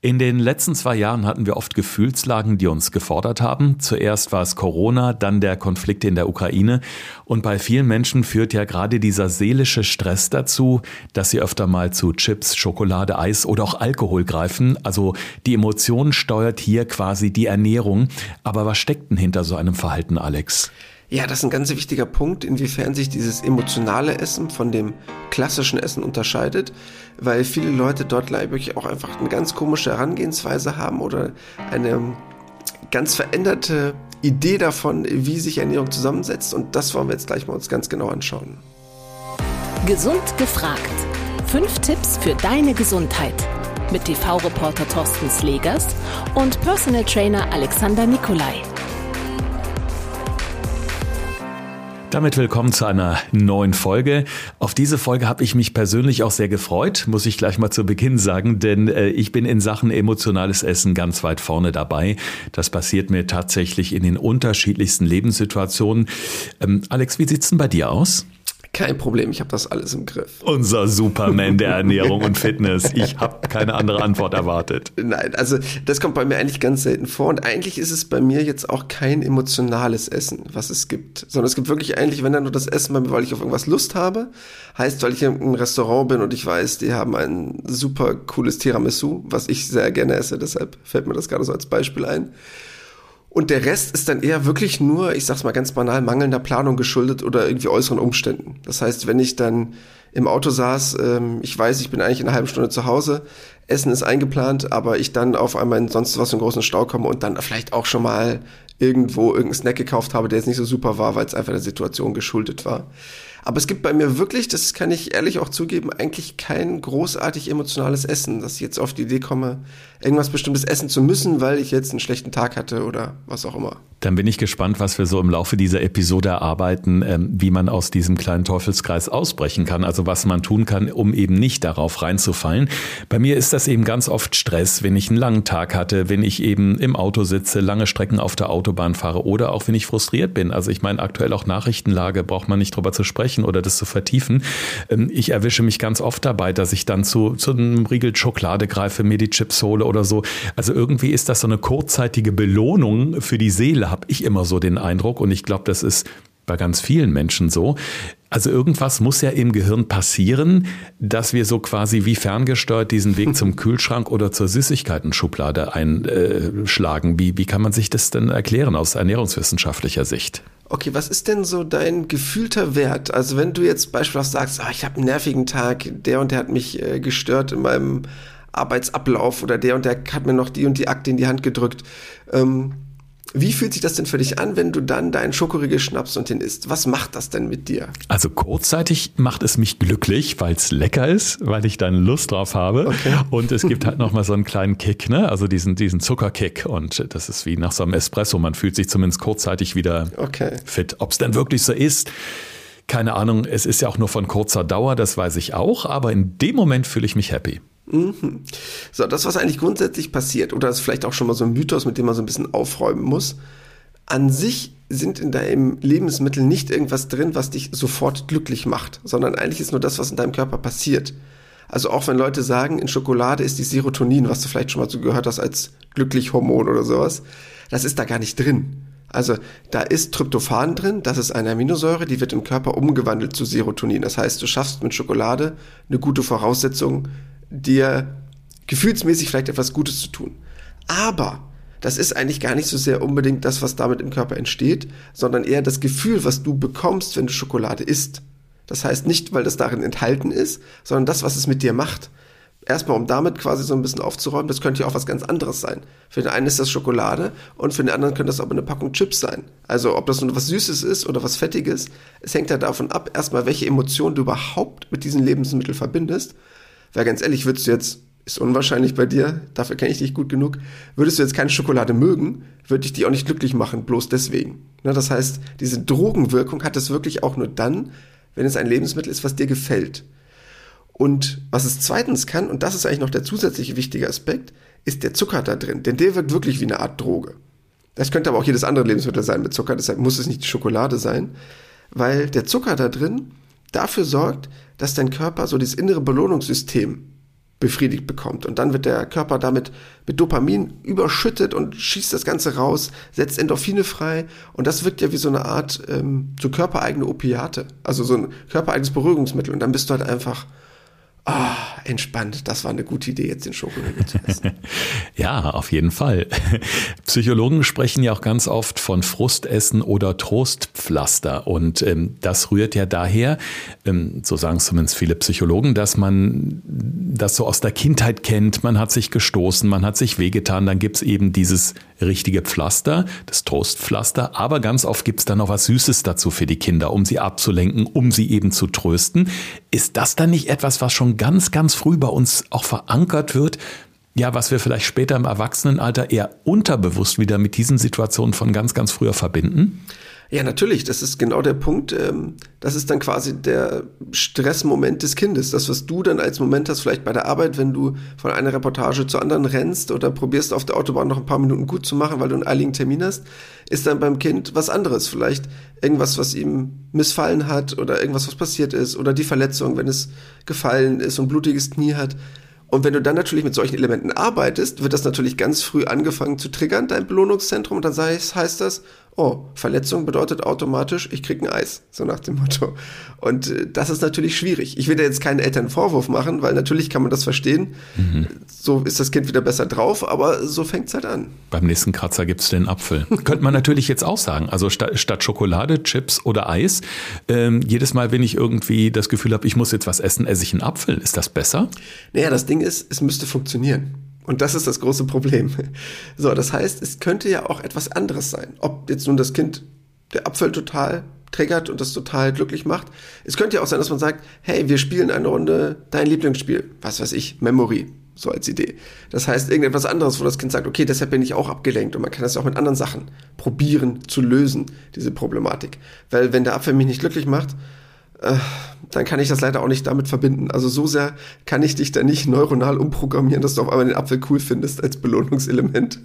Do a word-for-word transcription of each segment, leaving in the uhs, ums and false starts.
In den letzten zwei Jahren hatten wir oft Gefühlslagen, die uns gefordert haben. Zuerst war es Corona, dann der Konflikt in der Ukraine. Und bei vielen Menschen führt ja gerade dieser seelische Stress dazu, dass sie öfter mal zu Chips, Schokolade, Eis oder auch Alkohol greifen. Also die Emotion steuert hier quasi die Ernährung. Aber was steckt denn hinter so einem Verhalten, Alex? Ja, das ist ein ganz wichtiger Punkt, inwiefern sich dieses emotionale Essen von dem klassischen Essen unterscheidet, weil viele Leute dort, glaube ich, auch einfach eine ganz komische Herangehensweise haben oder eine ganz veränderte Idee davon, wie sich Ernährung zusammensetzt, und das wollen wir jetzt gleich mal uns ganz genau anschauen. Gesund gefragt. Fünf Tipps für deine Gesundheit. Mit T V-Reporter Thorsten Slegers und Personal Trainer Alexander Nikolai. Damit willkommen zu einer neuen Folge. Auf diese Folge habe ich mich persönlich auch sehr gefreut, muss ich gleich mal zu Beginn sagen, denn äh, ich bin in Sachen emotionales Essen ganz weit vorne dabei. Das passiert mir tatsächlich in den unterschiedlichsten Lebenssituationen. Ähm, Alex, wie sieht's denn bei dir aus? Kein Problem, ich habe das alles im Griff. Unser Superman der Ernährung und Fitness. Ich habe keine andere Antwort erwartet. Nein, also das kommt bei mir eigentlich ganz selten vor. Und eigentlich ist es bei mir jetzt auch kein emotionales Essen, was es gibt. Sondern es gibt wirklich eigentlich, wenn dann nur das Essen bei mir, weil ich auf irgendwas Lust habe. Heißt, weil ich im Restaurant bin und ich weiß, die haben ein super cooles Tiramisu, was ich sehr gerne esse. Deshalb fällt mir das gerade so als Beispiel ein. Und der Rest ist dann eher wirklich nur, ich sag's mal ganz banal, mangelnder Planung geschuldet oder irgendwie äußeren Umständen. Das heißt, wenn ich dann im Auto saß, ähm, ich weiß, ich bin eigentlich in einer halben Stunde zu Hause, Essen ist eingeplant, aber ich dann auf einmal in sonst was in großen Stau komme und dann vielleicht auch schon mal irgendwo irgendeinen Snack gekauft habe, der jetzt nicht so super war, weil es einfach der Situation geschuldet war. Aber es gibt bei mir wirklich, das kann ich ehrlich auch zugeben, eigentlich kein großartig emotionales Essen, dass ich jetzt auf die Idee komme, irgendwas Bestimmtes essen zu müssen, weil ich jetzt einen schlechten Tag hatte oder was auch immer. Dann bin ich gespannt, was wir so im Laufe dieser Episode erarbeiten, ähm, wie man aus diesem kleinen Teufelskreis ausbrechen kann, also was man tun kann, um eben nicht darauf reinzufallen. Bei mir ist das eben ganz oft Stress, wenn ich einen langen Tag hatte, wenn ich eben im Auto sitze, lange Strecken auf der Autobahn fahre oder auch wenn ich frustriert bin. Also ich meine, aktuell auch Nachrichtenlage, braucht man nicht drüber zu sprechen oder das zu vertiefen. Ähm, ich erwische mich ganz oft dabei, dass ich dann zu, zu einem Riegel Schokolade greife, mir die Chips hole oder so. Also irgendwie ist das so eine kurzzeitige Belohnung für die Seele, habe ich immer so den Eindruck, und ich glaube, das ist bei ganz vielen Menschen so. Also irgendwas muss ja im Gehirn passieren, dass wir so quasi wie ferngesteuert diesen Weg zum Kühlschrank oder zur Süßigkeiten-Schublade einschlagen. Wie, wie kann man sich das denn erklären aus ernährungswissenschaftlicher Sicht? Okay, was ist denn so dein gefühlter Wert? Also wenn du jetzt beispielsweise sagst, ah, ich habe einen nervigen Tag, der und der hat mich äh, gestört in meinem Arbeitsablauf oder der und der hat mir noch die und die Akte in die Hand gedrückt. Ähm, Wie fühlt sich das denn für dich an, wenn du dann deinen Schokoriegel schnappst und den isst? Was macht das denn mit dir? Also kurzzeitig macht es mich glücklich, weil es lecker ist, weil ich dann Lust drauf habe. Okay. Und es gibt halt nochmal so einen kleinen Kick, ne? Also diesen, diesen Zuckerkick. Und das ist wie nach so einem Espresso. Man fühlt sich zumindest kurzzeitig wieder okay. fit. Ob es denn wirklich so ist, keine Ahnung. Es ist ja auch nur von kurzer Dauer, das weiß ich auch. Aber in dem Moment fühle ich mich happy. Mhm. So, das, was eigentlich grundsätzlich passiert, oder ist vielleicht auch schon mal so ein Mythos, mit dem man so ein bisschen aufräumen muss. An sich sind in deinem Lebensmittel nicht irgendwas drin, was dich sofort glücklich macht, sondern eigentlich ist nur das, was in deinem Körper passiert. Also auch wenn Leute sagen, in Schokolade ist die Serotonin, was du vielleicht schon mal so gehört hast als Glücklichhormon oder sowas, das ist da gar nicht drin. Also da ist Tryptophan drin, das ist eine Aminosäure, die wird im Körper umgewandelt zu Serotonin. Das heißt, du schaffst mit Schokolade eine gute Voraussetzung, dir gefühlsmäßig vielleicht etwas Gutes zu tun. Aber das ist eigentlich gar nicht so sehr unbedingt das, was damit im Körper entsteht, sondern eher das Gefühl, was du bekommst, wenn du Schokolade isst. Das heißt nicht, weil das darin enthalten ist, sondern das, was es mit dir macht. Erstmal, um damit quasi so ein bisschen aufzuräumen, das könnte ja auch was ganz anderes sein. Für den einen ist das Schokolade und für den anderen könnte das aber eine Packung Chips sein. Also ob das nur was Süßes ist oder was Fettiges, es hängt ja davon ab, erstmal, welche Emotionen du überhaupt mit diesen Lebensmitteln verbindest. Weil ganz ehrlich, würdest du jetzt, ist unwahrscheinlich bei dir, dafür kenne ich dich gut genug, würdest du jetzt keine Schokolade mögen, würde ich die auch nicht glücklich machen, bloß deswegen. Ne, das heißt, diese Drogenwirkung hat es wirklich auch nur dann, wenn es ein Lebensmittel ist, was dir gefällt. Und was es zweitens kann, und das ist eigentlich noch der zusätzliche wichtige Aspekt, ist der Zucker da drin. Denn der wirkt wirklich wie eine Art Droge. Das könnte aber auch jedes andere Lebensmittel sein mit Zucker, deshalb muss es nicht die Schokolade sein. Weil der Zucker da drin dafür sorgt, dass dein Körper so dieses innere Belohnungssystem befriedigt bekommt. Und dann wird der Körper damit mit Dopamin überschüttet und schießt das Ganze raus, setzt Endorphine frei. Und das wirkt ja wie so eine Art ähm, so körpereigene Opiate, also so ein körpereigenes Beruhigungsmittel. Und dann bist du halt einfach ah, entspannt. Das war eine gute Idee, jetzt den Schokoriegel zu essen. Ja, auf jeden Fall. Psychologen sprechen ja auch ganz oft von Frustessen oder Trostpflaster. Und ähm, das rührt ja daher, ähm, so sagen es zumindest viele Psychologen, dass man das so aus der Kindheit kennt. Man hat sich gestoßen, man hat sich wehgetan. Dann gibt's eben dieses richtige Pflaster, das Trostpflaster. Aber ganz oft gibt's dann noch was Süßes dazu für die Kinder, um sie abzulenken, um sie eben zu trösten. Ist das dann nicht etwas, was schon ganz, ganz früh bei uns auch verankert wird, ja, was wir vielleicht später im Erwachsenenalter eher unterbewusst wieder mit diesen Situationen von ganz, ganz früher verbinden? Ja, natürlich, das ist genau der Punkt. Das ist dann quasi der Stressmoment des Kindes. Das, was du dann als Moment hast, vielleicht bei der Arbeit, wenn du von einer Reportage zur anderen rennst oder probierst auf der Autobahn noch ein paar Minuten gut zu machen, weil du einen eiligen Termin hast, ist dann beim Kind was anderes. Vielleicht irgendwas, was ihm missfallen hat oder irgendwas, was passiert ist oder die Verletzung, wenn es gefallen ist und blutiges Knie hat. Und wenn du dann natürlich mit solchen Elementen arbeitest, wird das natürlich ganz früh angefangen zu triggern, dein Belohnungszentrum. Und dann heißt das, oh, Verletzung bedeutet automatisch, ich krieg ein Eis, so nach dem Motto. Und äh, das ist natürlich schwierig. Ich will dir jetzt keinen Eltern Vorwurf machen, weil natürlich kann man das verstehen. Mhm. So ist das Kind wieder besser drauf, aber so fängt's halt an. Beim nächsten Kratzer gibt's den Apfel. Könnte man natürlich jetzt auch sagen. Also statt, statt Schokolade, Chips oder Eis, ähm, jedes Mal, wenn ich irgendwie das Gefühl habe, ich muss jetzt was essen, esse ich einen Apfel. Ist das besser? Naja, das Ding ist, es müsste funktionieren. Und das ist das große Problem. So, das heißt, es könnte ja auch etwas anderes sein. Ob jetzt nun das Kind der Apfel total triggert und das total glücklich macht. Es könnte ja auch sein, dass man sagt, hey, wir spielen eine Runde dein Lieblingsspiel. Was weiß ich, Memory, so als Idee. Das heißt, irgendetwas anderes, wo das Kind sagt, okay, deshalb bin ich auch abgelenkt. Und man kann das ja auch mit anderen Sachen probieren zu lösen, diese Problematik. Weil wenn der Apfel mich nicht glücklich macht, äh, dann kann ich das leider auch nicht damit verbinden. Also so sehr kann ich dich da nicht neuronal umprogrammieren, dass du auf einmal den Apfel cool findest als Belohnungselement.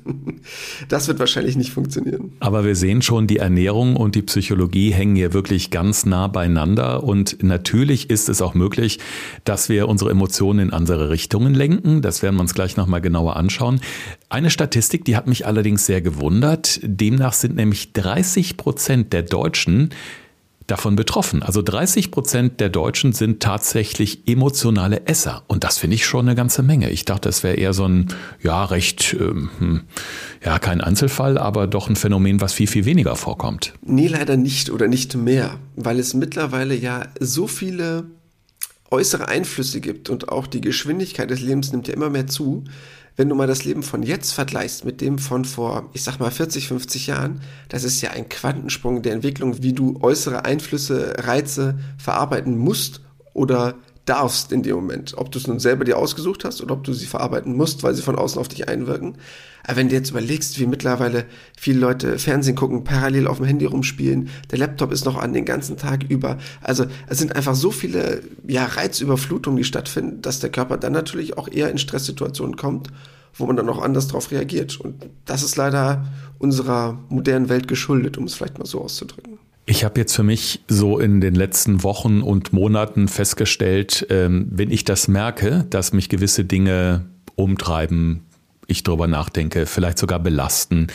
Das wird wahrscheinlich nicht funktionieren. Aber wir sehen schon, die Ernährung und die Psychologie hängen hier wirklich ganz nah beieinander. Und natürlich ist es auch möglich, dass wir unsere Emotionen in andere Richtungen lenken. Das werden wir uns gleich nochmal genauer anschauen. Eine Statistik, die hat mich allerdings sehr gewundert. Demnach sind nämlich dreißig Prozent der Deutschen davon betroffen. Also dreißig Prozent der Deutschen sind tatsächlich emotionale Esser. Und das finde ich schon eine ganze Menge. Ich dachte, es wäre eher so ein, ja, recht, ähm, ja, kein Einzelfall, aber doch ein Phänomen, was viel, viel weniger vorkommt. Nee, leider nicht oder nicht mehr, weil es mittlerweile ja so viele äußere Einflüsse gibt und auch die Geschwindigkeit des Lebens nimmt ja immer mehr zu. Wenn du mal das Leben von jetzt vergleichst mit dem von vor, ich sag mal vierzig, fünfzig Jahren, das ist ja ein Quantensprung der Entwicklung, wie du äußere Einflüsse, Reize verarbeiten musst oder darfst in dem Moment. Ob du es nun selber dir ausgesucht hast oder ob du sie verarbeiten musst, weil sie von außen auf dich einwirken. Aber wenn du jetzt überlegst, wie mittlerweile viele Leute Fernsehen gucken, parallel auf dem Handy rumspielen, der Laptop ist noch an den ganzen Tag über. Also es sind einfach so viele ja, Reizüberflutungen, die stattfinden, dass der Körper dann natürlich auch eher in Stresssituationen kommt, wo man dann auch anders drauf reagiert. Und das ist leider unserer modernen Welt geschuldet, um es vielleicht mal so auszudrücken. Ich habe jetzt für mich so in den letzten Wochen und Monaten festgestellt, ähm, wenn ich das merke, dass mich gewisse Dinge umtreiben, ich drüber nachdenke, vielleicht sogar belasten,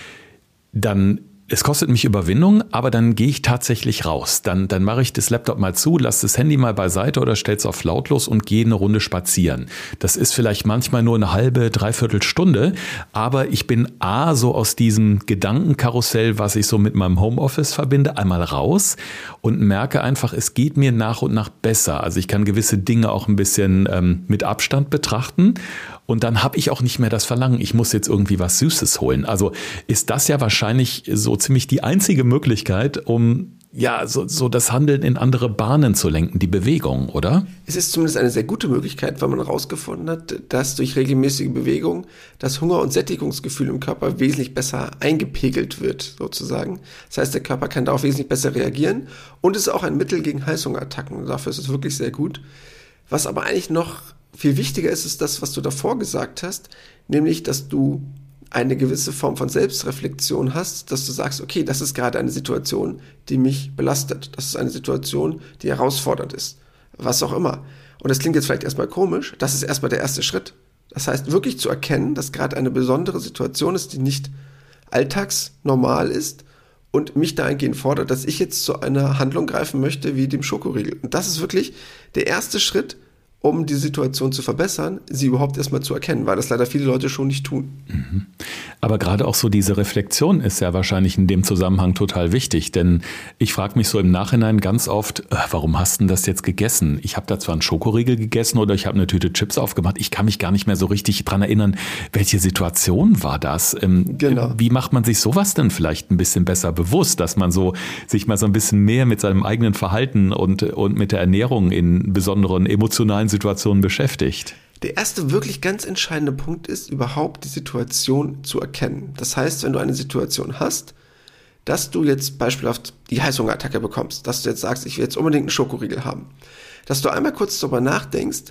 dann, es kostet mich Überwindung, aber dann gehe ich tatsächlich raus. Dann, dann mache ich das Laptop mal zu, lasse das Handy mal beiseite oder stelle es auf lautlos und gehe eine Runde spazieren. Das ist vielleicht manchmal nur eine halbe, dreiviertel Stunde, aber ich bin A, so aus diesem Gedankenkarussell, was ich so mit meinem Homeoffice verbinde, einmal raus und merke einfach, es geht mir nach und nach besser. Also ich kann gewisse Dinge auch ein bisschen ähm, mit Abstand betrachten. Und dann habe ich auch nicht mehr das Verlangen, ich muss jetzt irgendwie was Süßes holen. Also ist das ja wahrscheinlich so ziemlich die einzige Möglichkeit, um ja so, so das Handeln in andere Bahnen zu lenken, die Bewegung, oder? Es ist zumindest eine sehr gute Möglichkeit, weil man herausgefunden hat, dass durch regelmäßige Bewegung das Hunger- und Sättigungsgefühl im Körper wesentlich besser eingepegelt wird, sozusagen. Das heißt, der Körper kann darauf wesentlich besser reagieren und ist auch ein Mittel gegen Heißhungerattacken. Dafür ist es wirklich sehr gut. Was aber eigentlich noch viel wichtiger ist, ist das, was du davor gesagt hast, nämlich, dass du eine gewisse Form von Selbstreflexion hast, dass du sagst, okay, das ist gerade eine Situation, die mich belastet. Das ist eine Situation, die herausfordernd ist. Was auch immer. Und das klingt jetzt vielleicht erstmal komisch, das ist erstmal der erste Schritt. Das heißt, wirklich zu erkennen, dass gerade eine besondere Situation ist, die nicht alltagsnormal ist und mich dahingehend fordert, dass ich jetzt zu einer Handlung greifen möchte, wie dem Schokoriegel. Und das ist wirklich der erste Schritt, um die Situation zu verbessern, sie überhaupt erstmal zu erkennen, weil das leider viele Leute schon nicht tun. Mhm. Aber gerade auch so diese Reflexion ist ja wahrscheinlich in dem Zusammenhang total wichtig, denn ich frage mich so im Nachhinein ganz oft, äh, warum hast du denn das jetzt gegessen? Ich habe da zwar einen Schokoriegel gegessen oder ich habe eine Tüte Chips aufgemacht, ich kann mich gar nicht mehr so richtig dran erinnern, welche Situation war das? Ähm, genau. Wie macht man sich sowas denn vielleicht ein bisschen besser bewusst, dass man so sich mal so ein bisschen mehr mit seinem eigenen Verhalten und, und mit der Ernährung in besonderen emotionalen Situationen beschäftigt? Der erste wirklich ganz entscheidende Punkt ist, überhaupt die Situation zu erkennen. Das heißt, wenn du eine Situation hast, dass du jetzt beispielhaft die Heißhungerattacke bekommst, dass du jetzt sagst, ich will jetzt unbedingt einen Schokoriegel haben, dass du einmal kurz darüber nachdenkst,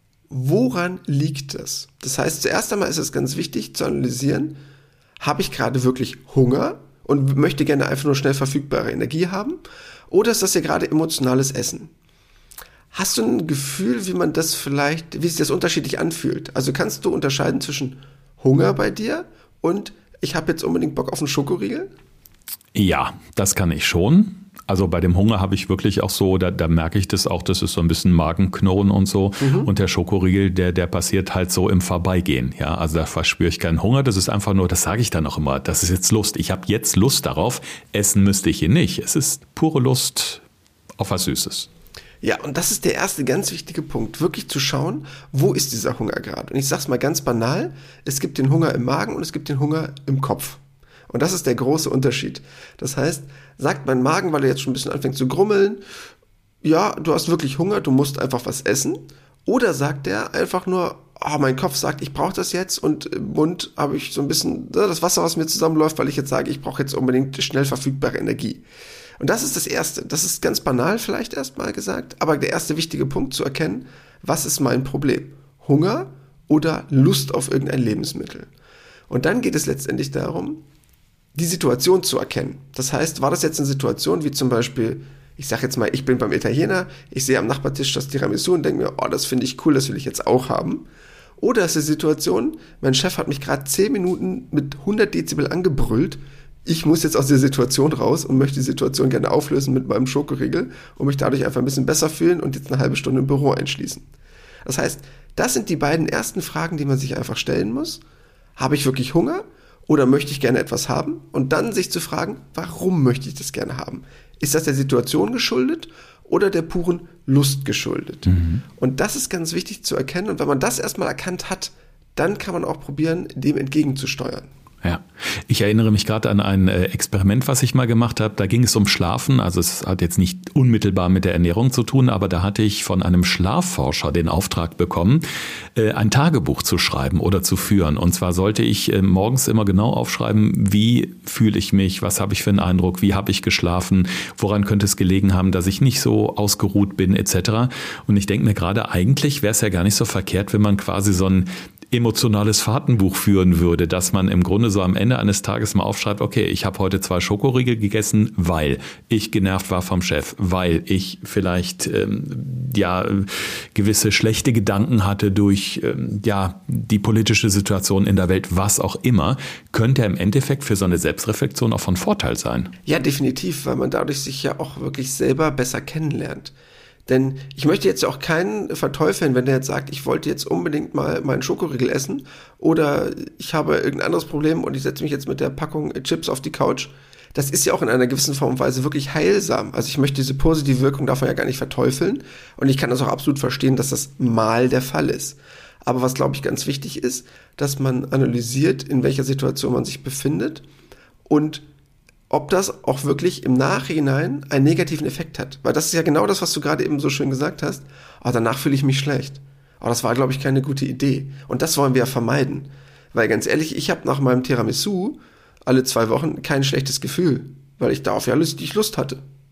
woran liegt es? Das heißt, zuerst einmal ist es ganz wichtig zu analysieren, habe ich gerade wirklich Hunger und möchte gerne einfach nur schnell verfügbare Energie haben, oder ist das ja gerade emotionales Essen? Hast du ein Gefühl, wie man das vielleicht, wie sich das unterschiedlich anfühlt? Also kannst du unterscheiden zwischen Hunger bei dir und ich habe jetzt unbedingt Bock auf einen Schokoriegel? Ja, das kann ich schon. Also bei dem Hunger habe ich wirklich auch so, da, da merke ich das auch, das ist so ein bisschen Magenknurren und so. Mhm. Und der Schokoriegel, der, der passiert halt so im Vorbeigehen. Ja, also da verspüre ich keinen Hunger. Das ist einfach nur, das sage ich dann auch immer, das ist jetzt Lust. Ich habe jetzt Lust darauf. Essen müsste ich hier nicht. Es ist pure Lust auf was Süßes. Ja, und das ist der erste ganz wichtige Punkt, wirklich zu schauen, wo ist dieser Hunger gerade? Und ich sag's mal ganz banal, es gibt den Hunger im Magen und es gibt den Hunger im Kopf. Und das ist der große Unterschied. Das heißt, sagt mein Magen, weil er jetzt schon ein bisschen anfängt zu grummeln, ja, du hast wirklich Hunger, du musst einfach was essen. Oder sagt er einfach nur, oh, mein Kopf sagt, ich brauche das jetzt und im Mund habe ich so ein bisschen das Wasser, was mir zusammenläuft, weil ich jetzt sage, ich brauche jetzt unbedingt schnell verfügbare Energie. Und das ist das Erste. Das ist ganz banal vielleicht erstmal gesagt, aber der erste wichtige Punkt zu erkennen, was ist mein Problem? Hunger oder Lust auf irgendein Lebensmittel? Und dann geht es letztendlich darum, die Situation zu erkennen. Das heißt, war das jetzt eine Situation wie zum Beispiel, ich sage jetzt mal, ich bin beim Italiener, ich sehe am Nachbartisch das Tiramisu und denke mir, oh, das finde ich cool, das will ich jetzt auch haben. Oder ist die Situation, mein Chef hat mich gerade zehn Minuten mit hundert Dezibel angebrüllt, ich muss jetzt aus der Situation raus und möchte die Situation gerne auflösen mit meinem Schokoriegel und mich dadurch einfach ein bisschen besser fühlen und jetzt eine halbe Stunde im Büro einschließen. Das heißt, das sind die beiden ersten Fragen, die man sich einfach stellen muss. Habe ich wirklich Hunger oder möchte ich gerne etwas haben? Und dann sich zu fragen, warum möchte ich das gerne haben? Ist das der Situation geschuldet oder der puren Lust geschuldet? Mhm. Und das ist ganz wichtig zu erkennen. Und wenn man das erstmal erkannt hat, dann kann man auch probieren, dem entgegenzusteuern. Ja, ich erinnere mich gerade an ein Experiment, was ich mal gemacht habe. Da ging es um Schlafen. Also es hat jetzt nicht unmittelbar mit der Ernährung zu tun, aber da hatte ich von einem Schlafforscher den Auftrag bekommen, ein Tagebuch zu schreiben oder zu führen. Und zwar sollte ich morgens immer genau aufschreiben, wie fühle ich mich, was habe ich für einen Eindruck, wie habe ich geschlafen, woran könnte es gelegen haben, dass ich nicht so ausgeruht bin et cetera. Und ich denke mir gerade, eigentlich wäre es ja gar nicht so verkehrt, wenn man quasi so ein emotionales Fahrtenbuch führen würde, dass man im Grunde so am Ende eines Tages mal aufschreibt, okay, ich habe heute zwei Schokoriegel gegessen, weil ich genervt war vom Chef, weil ich vielleicht ähm, ja gewisse schlechte Gedanken hatte durch ähm, ja die politische Situation in der Welt, was auch immer, könnte im Endeffekt für so eine Selbstreflexion auch von Vorteil sein. Ja, definitiv, weil man dadurch sich ja auch wirklich selber besser kennenlernt. Denn ich möchte jetzt auch keinen verteufeln, wenn der jetzt sagt, ich wollte jetzt unbedingt mal meinen Schokoriegel essen oder ich habe irgendein anderes Problem und ich setze mich jetzt mit der Packung Chips auf die Couch. Das ist ja auch in einer gewissen Form und Weise wirklich heilsam. Also ich möchte diese positive Wirkung davon ja gar nicht verteufeln und ich kann das auch absolut verstehen, dass das mal der Fall ist. Aber was, glaube ich, ganz wichtig ist, dass man analysiert, in welcher Situation man sich befindet und ob das auch wirklich im Nachhinein einen negativen Effekt hat. Weil das ist ja genau das, was du gerade eben so schön gesagt hast. Oh, danach fühle ich mich schlecht. Oh, das war, glaube ich, keine gute Idee. Und das wollen wir ja vermeiden. Weil ganz ehrlich, ich habe nach meinem Tiramisu alle zwei Wochen kein schlechtes Gefühl, weil ich darauf ja richtig Lust hatte.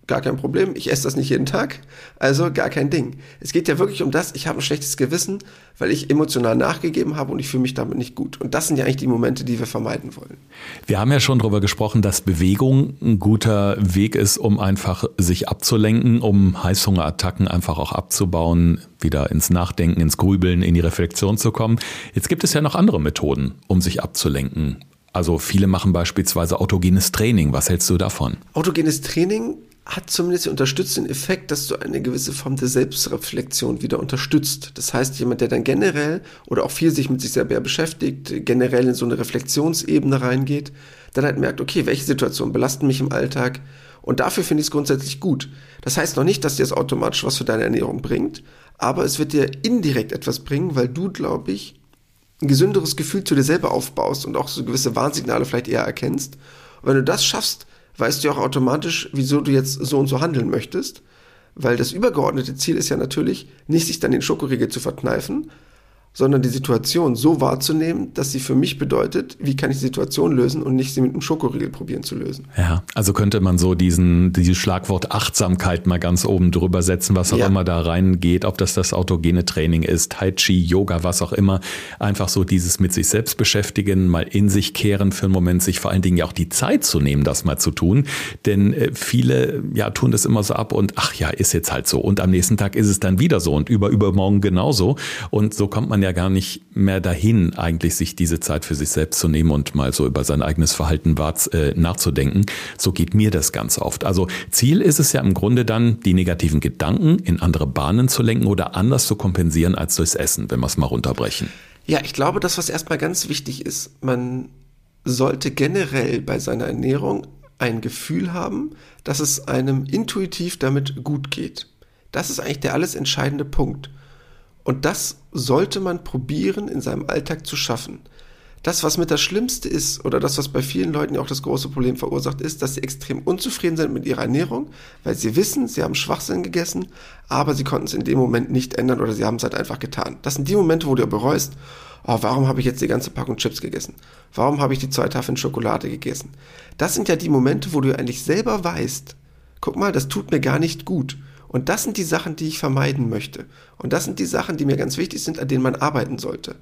gar kein Problem, ich esse das nicht jeden Tag, also gar kein Ding. Es geht ja wirklich um das, ich habe ein schlechtes Gewissen, weil ich emotional nachgegeben habe und ich fühle mich damit nicht gut. Und das sind ja eigentlich die Momente, die wir vermeiden wollen. Wir haben ja schon darüber gesprochen, dass Bewegung ein guter Weg ist, um einfach sich abzulenken, um Heißhungerattacken einfach auch abzubauen, wieder ins Nachdenken, ins Grübeln, in die Reflexion zu kommen. Jetzt gibt es ja noch andere Methoden, um sich abzulenken. Also viele machen beispielsweise autogenes Training. Was hältst du davon? Autogenes Training hat zumindest den unterstützenden Effekt, dass du eine gewisse Form der Selbstreflexion wieder unterstützt. Das heißt, jemand, der dann generell oder auch viel sich mit sich selber beschäftigt, generell in so eine Reflexionsebene reingeht, dann halt merkt, okay, welche Situationen belasten mich im Alltag? Und dafür finde ich es grundsätzlich gut. Das heißt noch nicht, dass dir das automatisch was für deine Ernährung bringt, aber es wird dir indirekt etwas bringen, weil du, glaube ich, ein gesünderes Gefühl zu dir selber aufbaust und auch so gewisse Warnsignale vielleicht eher erkennst. Und wenn du das schaffst, weißt du auch automatisch, wieso du jetzt so und so handeln möchtest, weil das übergeordnete Ziel ist ja natürlich, nicht sich dann den Schokoriegel zu verkneifen, sondern die Situation so wahrzunehmen, dass sie für mich bedeutet, wie kann ich die Situation lösen und nicht sie mit einem Schokoriegel probieren zu lösen. Ja, also könnte man so diesen dieses Schlagwort Achtsamkeit mal ganz oben drüber setzen, was auch ja. immer da reingeht, ob das das autogene Training ist, Tai Chi, Yoga, was auch immer. Einfach so dieses mit sich selbst beschäftigen, mal in sich kehren für einen Moment, sich vor allen Dingen ja auch die Zeit zu nehmen, das mal zu tun. Denn äh, viele ja tun das immer so ab und ach ja, ist jetzt halt so. Und am nächsten Tag ist es dann wieder so und über übermorgen genauso. Und so kommt man ja gar nicht mehr dahin, eigentlich sich diese Zeit für sich selbst zu nehmen und mal so über sein eigenes Verhalten äh, nachzudenken. So geht mir das ganz oft. Also Ziel ist es ja im Grunde dann, die negativen Gedanken in andere Bahnen zu lenken oder anders zu kompensieren als durchs Essen, wenn wir es mal runterbrechen. Ja, ich glaube, das, was erstmal ganz wichtig ist, man sollte generell bei seiner Ernährung ein Gefühl haben, dass es einem intuitiv damit gut geht. Das ist eigentlich der alles entscheidende Punkt. Und das sollte man probieren, in seinem Alltag zu schaffen. Das, was mit das Schlimmste ist, oder das, was bei vielen Leuten ja auch das große Problem verursacht, ist, dass sie extrem unzufrieden sind mit ihrer Ernährung, weil sie wissen, sie haben Schwachsinn gegessen, aber sie konnten es in dem Moment nicht ändern oder sie haben es halt einfach getan. Das sind die Momente, wo du bereust, oh, warum habe ich jetzt die ganze Packung Chips gegessen? Warum habe ich die zwei Tafeln Schokolade gegessen? Das sind ja die Momente, wo du eigentlich selber weißt, guck mal, das tut mir gar nicht gut. Und das sind die Sachen, die ich vermeiden möchte. Und das sind die Sachen, die mir ganz wichtig sind, an denen man arbeiten sollte.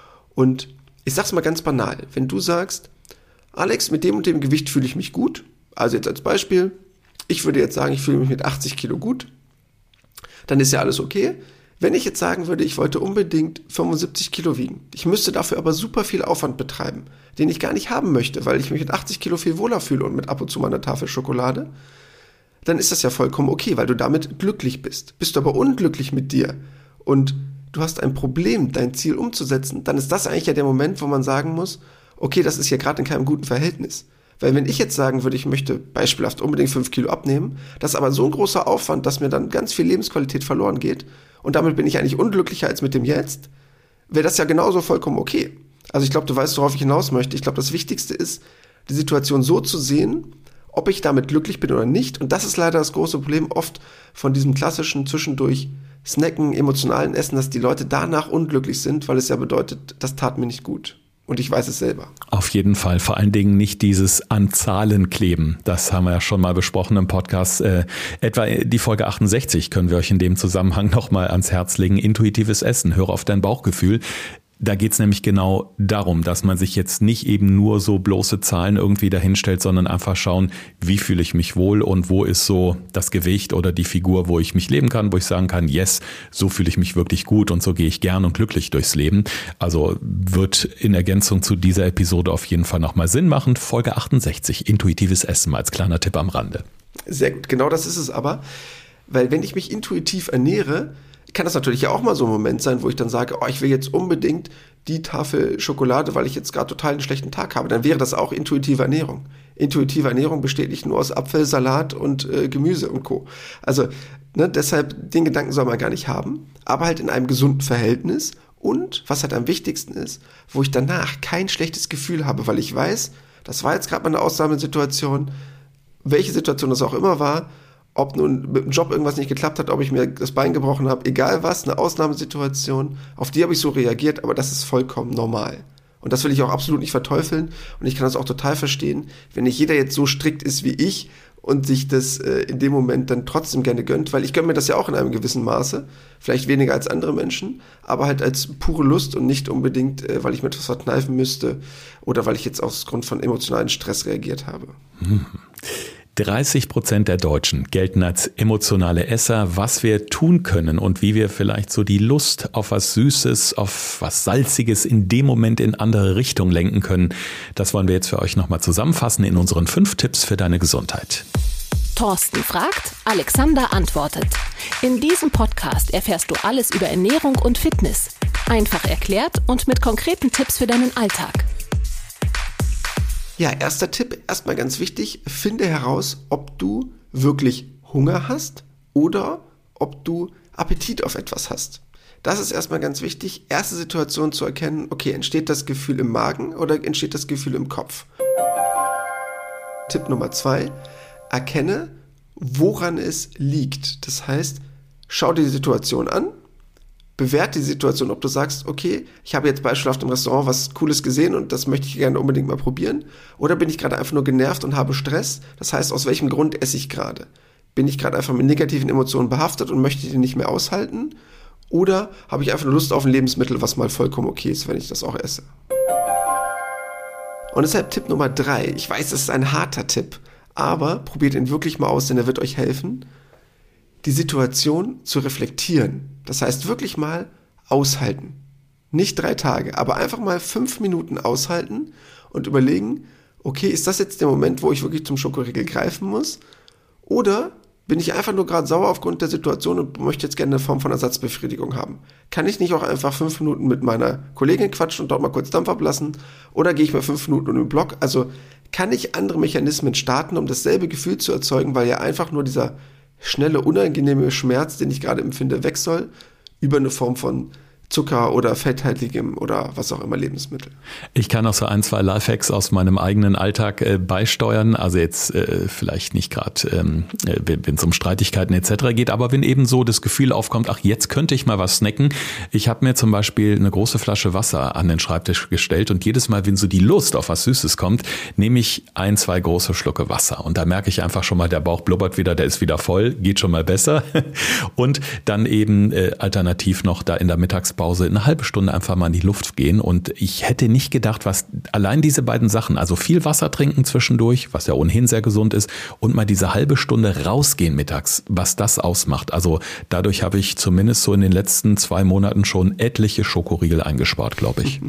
Und ich sag's mal ganz banal. Wenn du sagst, Alex, mit dem und dem Gewicht fühle ich mich gut. Also jetzt als Beispiel, ich würde jetzt sagen, ich fühle mich mit achtzig Kilo gut. Dann ist ja alles okay. Wenn ich jetzt sagen würde, ich wollte unbedingt fünfundsiebzig Kilo wiegen. Ich müsste dafür aber super viel Aufwand betreiben, den ich gar nicht haben möchte, weil ich mich mit achtzig Kilo viel wohler fühle und mit ab und zu mal einer Tafel Schokolade. Dann ist das ja vollkommen okay, weil du damit glücklich bist. Bist du aber unglücklich mit dir und du hast ein Problem, dein Ziel umzusetzen, dann ist das eigentlich ja der Moment, wo man sagen muss, okay, das ist ja gerade in keinem guten Verhältnis. Weil wenn ich jetzt sagen würde, ich möchte beispielhaft unbedingt fünf Kilo abnehmen, das ist aber so ein großer Aufwand, dass mir dann ganz viel Lebensqualität verloren geht und damit bin ich eigentlich unglücklicher als mit dem Jetzt, wäre das ja genauso vollkommen okay. Also ich glaube, du weißt, worauf ich hinaus möchte. Ich glaube, das Wichtigste ist, die Situation so zu sehen, ob ich damit glücklich bin oder nicht. Und das ist leider das große Problem oft von diesem klassischen zwischendurch Snacken, emotionalen Essen, dass die Leute danach unglücklich sind, weil es ja bedeutet, das tat mir nicht gut. Und ich weiß es selber. Auf jeden Fall. Vor allen Dingen nicht dieses an Zahlen kleben. Das haben wir ja schon mal besprochen im Podcast. Äh, etwa die Folge achtundsechzig können wir euch in dem Zusammenhang nochmal ans Herz legen. Intuitives Essen. Höre auf dein Bauchgefühl. Da geht's nämlich genau darum, dass man sich jetzt nicht eben nur so bloße Zahlen irgendwie dahinstellt, sondern einfach schauen, wie fühle ich mich wohl und wo ist so das Gewicht oder die Figur, wo ich mich leben kann, wo ich sagen kann, yes, so fühle ich mich wirklich gut und so gehe ich gern und glücklich durchs Leben. Also wird in Ergänzung zu dieser Episode auf jeden Fall nochmal Sinn machen. Folge achtundsechzig, intuitives Essen, als kleiner Tipp am Rande. Sehr gut, genau das ist es aber, weil wenn ich mich intuitiv ernähre, kann das natürlich ja auch mal so ein Moment sein, wo ich dann sage, oh, ich will jetzt unbedingt die Tafel Schokolade, weil ich jetzt gerade total einen schlechten Tag habe. Dann wäre das auch intuitive Ernährung. Intuitive Ernährung besteht nicht nur aus Apfel, Salat und äh, Gemüse und Co. Also ne, deshalb, den Gedanken soll man gar nicht haben, aber halt in einem gesunden Verhältnis und, was halt am wichtigsten ist, wo ich danach kein schlechtes Gefühl habe, weil ich weiß, das war jetzt gerade mal eine Ausnahmesituation, welche Situation das auch immer war, ob nun mit dem Job irgendwas nicht geklappt hat, ob ich mir das Bein gebrochen habe, egal was, eine Ausnahmesituation, auf die habe ich so reagiert, aber das ist vollkommen normal. Und das will ich auch absolut nicht verteufeln und ich kann das auch total verstehen, wenn nicht jeder jetzt so strikt ist wie ich und sich das äh, in dem Moment dann trotzdem gerne gönnt, weil ich gönne mir das ja auch in einem gewissen Maße, vielleicht weniger als andere Menschen, aber halt als pure Lust und nicht unbedingt, äh, weil ich mir etwas verkneifen müsste oder weil ich jetzt aus Grund von emotionalen Stress reagiert habe. Hm. dreißig Prozent der Deutschen gelten als emotionale Esser. Was wir tun können und wie wir vielleicht so die Lust auf was Süßes, auf was Salziges in dem Moment in andere Richtung lenken können, das wollen wir jetzt für euch nochmal zusammenfassen in unseren fünf Tipps für deine Gesundheit. Thorsten fragt, Alexander antwortet. In diesem Podcast erfährst du alles über Ernährung und Fitness. Einfach erklärt und mit konkreten Tipps für deinen Alltag. Ja, erster Tipp, erstmal ganz wichtig, finde heraus, ob du wirklich Hunger hast oder ob du Appetit auf etwas hast. Das ist erstmal ganz wichtig, erste Situation zu erkennen, okay, entsteht das Gefühl im Magen oder entsteht das Gefühl im Kopf? Tipp Nummer zwei, erkenne, woran es liegt. Das heißt, schau dir die Situation an, bewerte die Situation, ob du sagst, okay, ich habe jetzt beispielsweise im Restaurant was Cooles gesehen und das möchte ich gerne unbedingt mal probieren. Oder bin ich gerade einfach nur genervt und habe Stress? Das heißt, aus welchem Grund esse ich gerade? Bin ich gerade einfach mit negativen Emotionen behaftet und möchte die nicht mehr aushalten? Oder habe ich einfach nur Lust auf ein Lebensmittel, was mal vollkommen okay ist, wenn ich das auch esse? Und deshalb Tipp Nummer drei. Ich weiß, das ist ein harter Tipp, aber probiert ihn wirklich mal aus, denn er wird euch helfen, die Situation zu reflektieren. Das heißt, wirklich mal aushalten. Nicht drei Tage, aber einfach mal fünf Minuten aushalten und überlegen, okay, ist das jetzt der Moment, wo ich wirklich zum Schokoriegel greifen muss? Oder bin ich einfach nur gerade sauer aufgrund der Situation und möchte jetzt gerne eine Form von Ersatzbefriedigung haben? Kann ich nicht auch einfach fünf Minuten mit meiner Kollegin quatschen und dort mal kurz Dampf ablassen? Oder gehe ich mal fünf Minuten in den Block? Also kann ich andere Mechanismen starten, um dasselbe Gefühl zu erzeugen, weil ja einfach nur dieser schnelle, unangenehme Schmerz, den ich gerade empfinde, weg soll, über eine Form von Zucker oder fetthaltigem oder was auch immer Lebensmittel. Ich kann auch so ein, zwei Lifehacks aus meinem eigenen Alltag äh, beisteuern. Also jetzt äh, vielleicht nicht gerade, ähm, wenn es um Streitigkeiten et cetera geht, aber wenn eben so das Gefühl aufkommt, ach, jetzt könnte ich mal was snacken. Ich habe mir zum Beispiel eine große Flasche Wasser an den Schreibtisch gestellt und jedes Mal, wenn so die Lust auf was Süßes kommt, nehme ich ein, zwei große Schlucke Wasser. Und da merke ich einfach schon mal, der Bauch blubbert wieder, der ist wieder voll, geht schon mal besser. Und dann eben äh, alternativ noch da in der Mittagspause eine halbe Stunde einfach mal in die Luft gehen und ich hätte nicht gedacht, was allein diese beiden Sachen, also viel Wasser trinken zwischendurch, was ja ohnehin sehr gesund ist und mal diese halbe Stunde rausgehen mittags, was das ausmacht. Also dadurch habe ich zumindest so in den letzten zwei Monaten schon etliche Schokoriegel eingespart, glaube ich.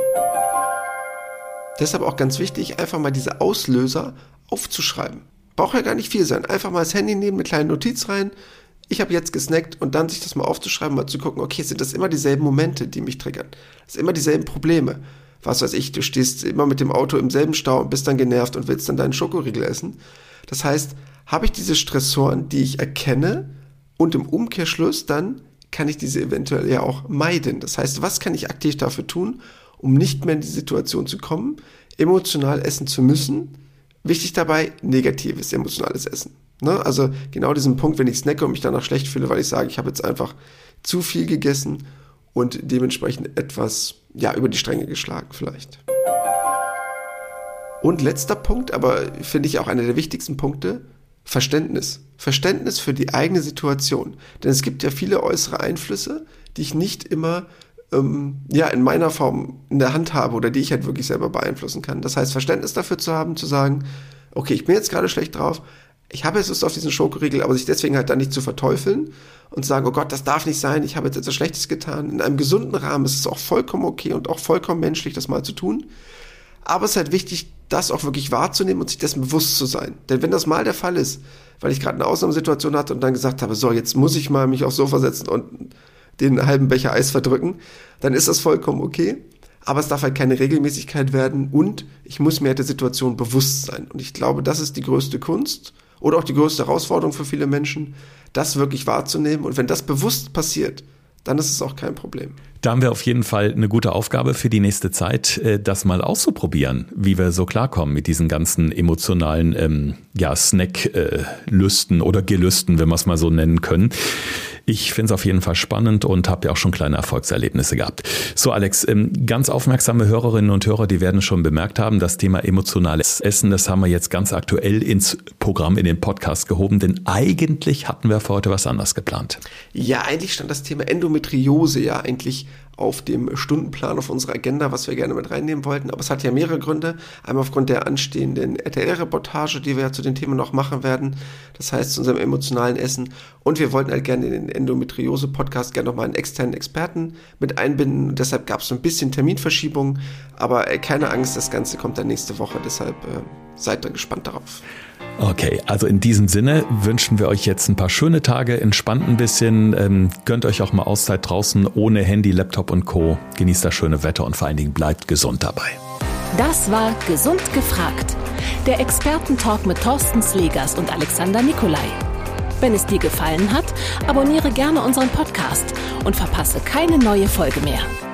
Deshalb auch ganz wichtig, einfach mal diese Auslöser aufzuschreiben. Braucht ja gar nicht viel sein. Einfach mal das Handy nehmen, eine kleine Notiz rein. Ich habe jetzt gesnackt und dann sich das mal aufzuschreiben, mal zu gucken, okay, sind das immer dieselben Momente, die mich triggern? Das sind immer dieselben Probleme. Was weiß ich, du stehst immer mit dem Auto im selben Stau und bist dann genervt und willst dann deinen Schokoriegel essen. Das heißt, habe ich diese Stressoren, die ich erkenne und im Umkehrschluss dann kann ich diese eventuell ja auch meiden. Das heißt, was kann ich aktiv dafür tun, um nicht mehr in die Situation zu kommen, emotional essen zu müssen? Wichtig dabei, negatives emotionales Essen. Ne? Also genau diesen Punkt, wenn ich snacke und mich danach schlecht fühle, weil ich sage, ich habe jetzt einfach zu viel gegessen und dementsprechend etwas ja, über die Stränge geschlagen vielleicht. Und letzter Punkt, aber finde ich auch einer der wichtigsten Punkte, Verständnis. Verständnis für die eigene Situation. Denn es gibt ja viele äußere Einflüsse, die ich nicht immer ähm, ja, in meiner Form in der Hand habe oder die ich halt wirklich selber beeinflussen kann. Das heißt, Verständnis dafür zu haben, zu sagen, okay, ich bin jetzt gerade schlecht drauf, ich habe jetzt Lust auf diesen Schokoriegel, aber sich deswegen halt dann nicht zu verteufeln und zu sagen, oh Gott, das darf nicht sein, ich habe jetzt etwas Schlechtes getan. In einem gesunden Rahmen ist es auch vollkommen okay und auch vollkommen menschlich, das mal zu tun. Aber es ist halt wichtig, das auch wirklich wahrzunehmen und sich dessen bewusst zu sein. Denn wenn das mal der Fall ist, weil ich gerade eine Ausnahmesituation hatte und dann gesagt habe, so, jetzt muss ich mal mich aufs Sofa setzen und den halben Becher Eis verdrücken, dann ist das vollkommen okay. Aber es darf halt keine Regelmäßigkeit werden und ich muss mir halt der Situation bewusst sein. Und ich glaube, das ist die größte Kunst oder auch die größte Herausforderung für viele Menschen, das wirklich wahrzunehmen. Und wenn das bewusst passiert, dann ist es auch kein Problem. Da haben wir auf jeden Fall eine gute Aufgabe für die nächste Zeit, das mal auszuprobieren, wie wir so klarkommen mit diesen ganzen emotionalen ähm, ja, Snack-Lüsten oder Gelüsten, wenn wir es mal so nennen können. Ich finde es auf jeden Fall spannend und habe ja auch schon kleine Erfolgserlebnisse gehabt. So Alex, ganz aufmerksame Hörerinnen und Hörer, die werden schon bemerkt haben, das Thema emotionales Essen, das haben wir jetzt ganz aktuell ins Programm, in den Podcast gehoben, denn eigentlich hatten wir für heute was anderes geplant. Ja, eigentlich stand das Thema Endometriose ja eigentlich auf dem Stundenplan auf unserer Agenda, was wir gerne mit reinnehmen wollten. Aber es hat ja mehrere Gründe. Einmal aufgrund der anstehenden R T L-Reportage, die wir ja zu den Themen noch machen werden. Das heißt, zu unserem emotionalen Essen. Und wir wollten halt gerne in den Endometriose-Podcast gerne nochmal einen externen Experten mit einbinden. Und deshalb gab es so ein bisschen Terminverschiebung. Aber äh, keine Angst, das Ganze kommt dann nächste Woche. Deshalb äh, seid da gespannt darauf. Okay, also in diesem Sinne wünschen wir euch jetzt ein paar schöne Tage, entspannt ein bisschen, ähm, gönnt euch auch mal Auszeit draußen ohne Handy, Laptop und Co. Genießt das schöne Wetter und vor allen Dingen bleibt gesund dabei. Das war Gesund gefragt, der Expertentalk mit Thorsten Slegers und Alexander Nikolai. Wenn es dir gefallen hat, abonniere gerne unseren Podcast und verpasse keine neue Folge mehr.